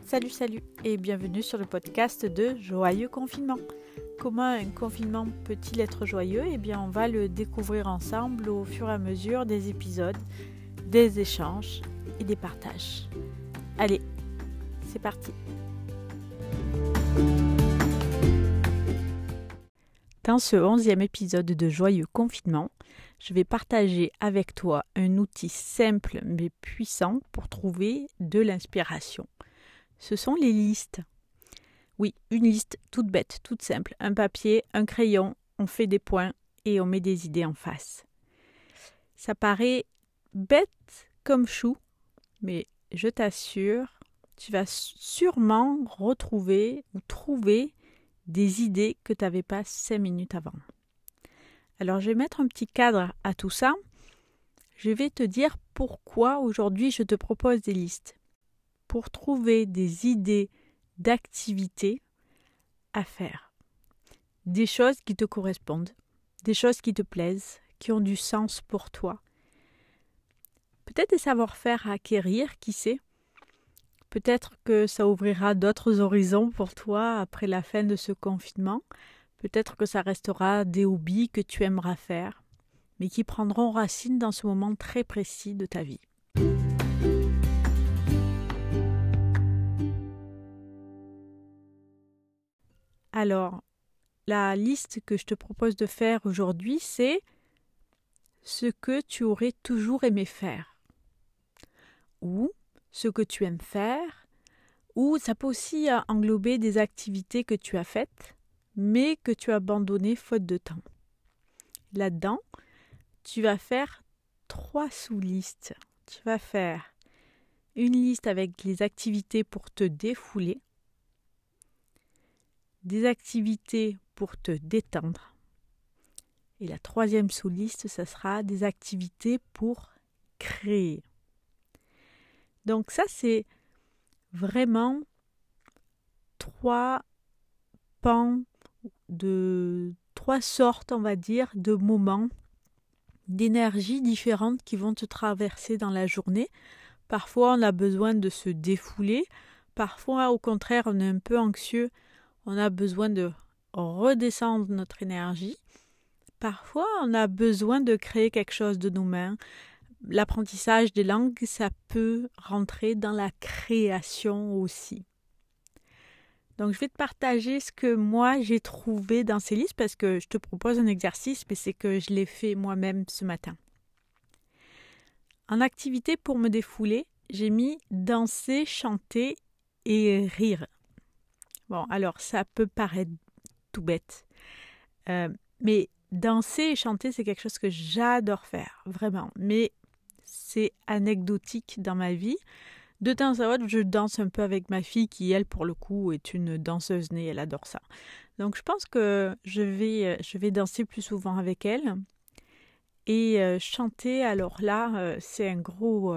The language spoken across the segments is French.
Salut et bienvenue sur le podcast de Joyeux Confinement. Comment un confinement peut-il être joyeux ? Eh bien, on va le découvrir ensemble au fur et à mesure des épisodes, des échanges et des partages. Allez, c'est parti. Dans ce 11e épisode de Joyeux Confinement, je vais partager avec toi un outil simple mais puissant pour trouver de l'inspiration. Ce sont les listes. Oui, une liste toute bête, toute simple. Un papier, un crayon, on fait des points et on met des idées en face. Ça paraît bête comme chou, mais je t'assure, tu vas sûrement retrouver ou trouver des idées que tu n'avais pas 5 minutes avant. Alors, je vais mettre un petit cadre à tout ça. Je vais te dire pourquoi aujourd'hui je te propose des listes. Pour trouver des idées d'activités à faire. Des choses qui te correspondent, des choses qui te plaisent, qui ont du sens pour toi. Peut-être des savoir-faire à acquérir, qui sait. Peut-être que ça ouvrira d'autres horizons pour toi après la fin de ce confinement. Peut-être que ça restera des hobbies que tu aimeras faire, mais qui prendront racine dans ce moment très précis de ta vie. Alors, la liste que je te propose de faire aujourd'hui, c'est ce que tu aurais toujours aimé faire. Ou ce que tu aimes faire. Ou ça peut aussi englober des activités que tu as faites, mais que tu as abandonnées faute de temps. Là-dedans, tu vas faire 3 sous-listes. Tu vas faire une liste avec les activités pour te défouler, des activités pour te détendre. Et la 3e sous-liste, ça sera des activités pour créer. Donc ça, c'est vraiment 3 pans de 3 sortes, on va dire, de moments, d'énergies différentes qui vont te traverser dans la journée. Parfois, on a besoin de se défouler. Parfois, au contraire, on est un peu anxieux. On a besoin de redescendre notre énergie. Parfois, on a besoin de créer quelque chose de nos mains. L'apprentissage des langues, ça peut rentrer dans la création aussi. Donc, je vais te partager ce que moi, j'ai trouvé dans ces listes parce que je te propose un exercice, mais c'est que je l'ai fait moi-même ce matin. En activité pour me défouler, j'ai mis danser, chanter et rire. Bon, alors ça peut paraître tout bête, mais danser et chanter, c'est quelque chose que j'adore faire, vraiment. Mais c'est anecdotique dans ma vie. De temps à autre, je danse un peu avec ma fille qui, elle, pour le coup, est une danseuse née, elle adore ça. Donc je pense que je vais danser plus souvent avec elle. Et chanter, alors là, c'est un gros...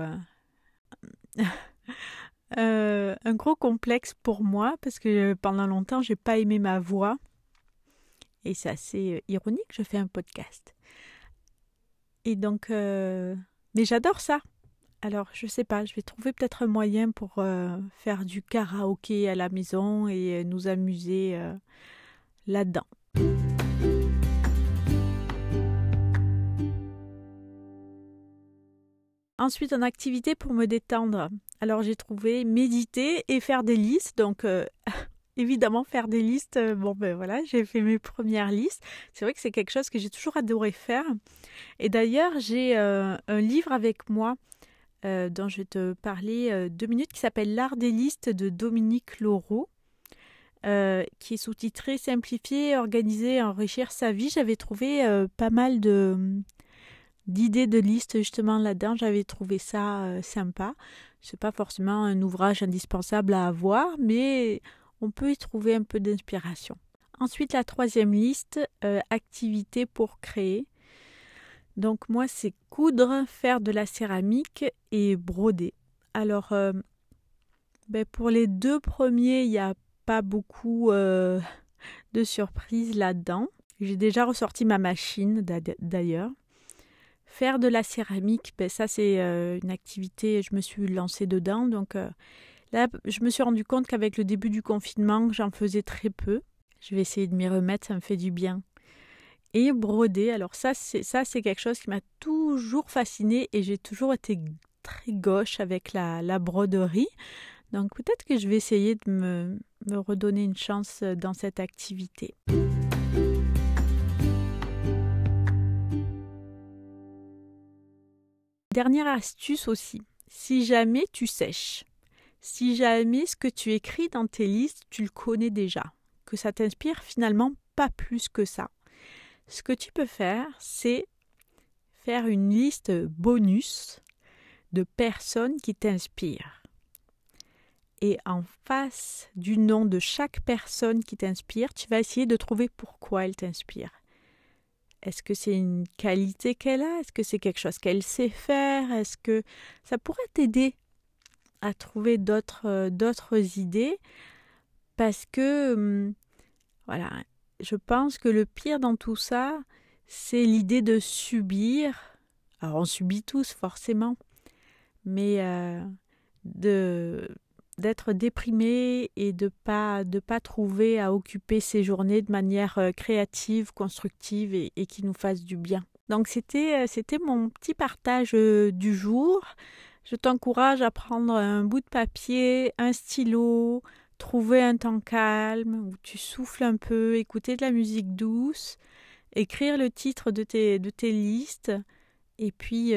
un gros complexe pour moi parce que pendant longtemps, j'ai pas aimé ma voix. Et c'est assez ironique, je fais un podcast. Et donc, mais j'adore ça. Alors, je sais pas, je vais trouver peut-être un moyen pour faire du karaoké à la maison et nous amuser là-dedans. Ensuite, en activité pour me détendre. Alors, j'ai trouvé méditer et faire des listes. Donc, évidemment, faire des listes, voilà, j'ai fait mes premières listes. C'est vrai que c'est quelque chose que j'ai toujours adoré faire. Et d'ailleurs, j'ai un livre avec moi dont je vais te parler 2 minutes qui s'appelle L'art des listes de Dominique Laureau, qui est sous-titré Simplifier, organiser, enrichir sa vie. J'avais trouvé pas mal d'idées de listes justement là-dedans. J'avais trouvé ça sympa. C'est pas forcément un ouvrage indispensable à avoir, mais on peut y trouver un peu d'inspiration. Ensuite, la 3e liste, activités pour créer. Donc moi, c'est coudre, faire de la céramique et broder. Alors, pour les 2 premiers, il n'y a pas beaucoup de surprises là-dedans. J'ai déjà ressorti ma machine d'ailleurs. Faire de la céramique, ça c'est une activité, je me suis lancée dedans. Donc Là, je me suis rendu compte qu'avec le début du confinement, j'en faisais très peu. Je vais essayer de m'y remettre, ça me fait du bien. Et broder, alors ça c'est quelque chose qui m'a toujours fascinée et j'ai toujours été très gauche avec la broderie. Donc peut-être que je vais essayer de me redonner une chance dans cette activité. Dernière astuce aussi, si jamais tu sèches, si jamais ce que tu écris dans tes listes, tu le connais déjà, que ça t'inspire finalement pas plus que ça. Ce que tu peux faire, c'est faire une liste bonus de personnes qui t'inspirent. Et en face du nom de chaque personne qui t'inspire, tu vas essayer de trouver pourquoi elle t'inspire. Est-ce que c'est une qualité qu'elle a? Est-ce que c'est quelque chose qu'elle sait faire? Est-ce que ça pourrait t'aider à trouver d'autres idées? Parce que, voilà, je pense que le pire dans tout ça, c'est l'idée de subir. Alors on subit tous forcément, mais d'être déprimé et de pas trouver à occuper ses journées de manière créative, constructive et qui nous fasse du bien. Donc c'était mon petit partage du jour. Je t'encourage à prendre un bout de papier, un stylo, trouver un temps calme où tu souffles un peu, écouter de la musique douce, écrire le titre de tes listes et puis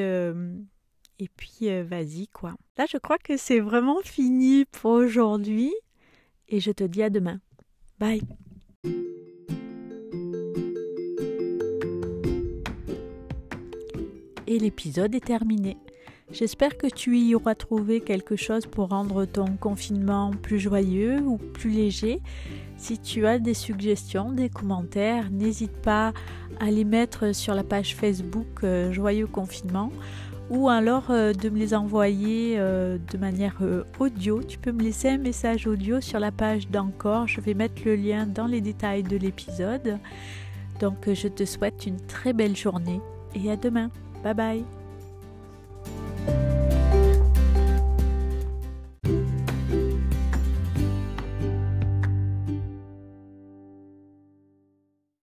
vas-y quoi. Là, je crois que c'est vraiment fini pour aujourd'hui et je te dis à demain. Bye. Et l'épisode est terminé. J'espère que tu y auras trouvé quelque chose pour rendre ton confinement plus joyeux ou plus léger. Si tu as des suggestions, des commentaires, n'hésite pas à les mettre sur la page Facebook Joyeux Confinement ou alors de me les envoyer de manière audio. Tu peux me laisser un message audio sur la page d'Encore. Je vais mettre le lien dans les détails de l'épisode. Donc je te souhaite une très belle journée et à demain. Bye bye.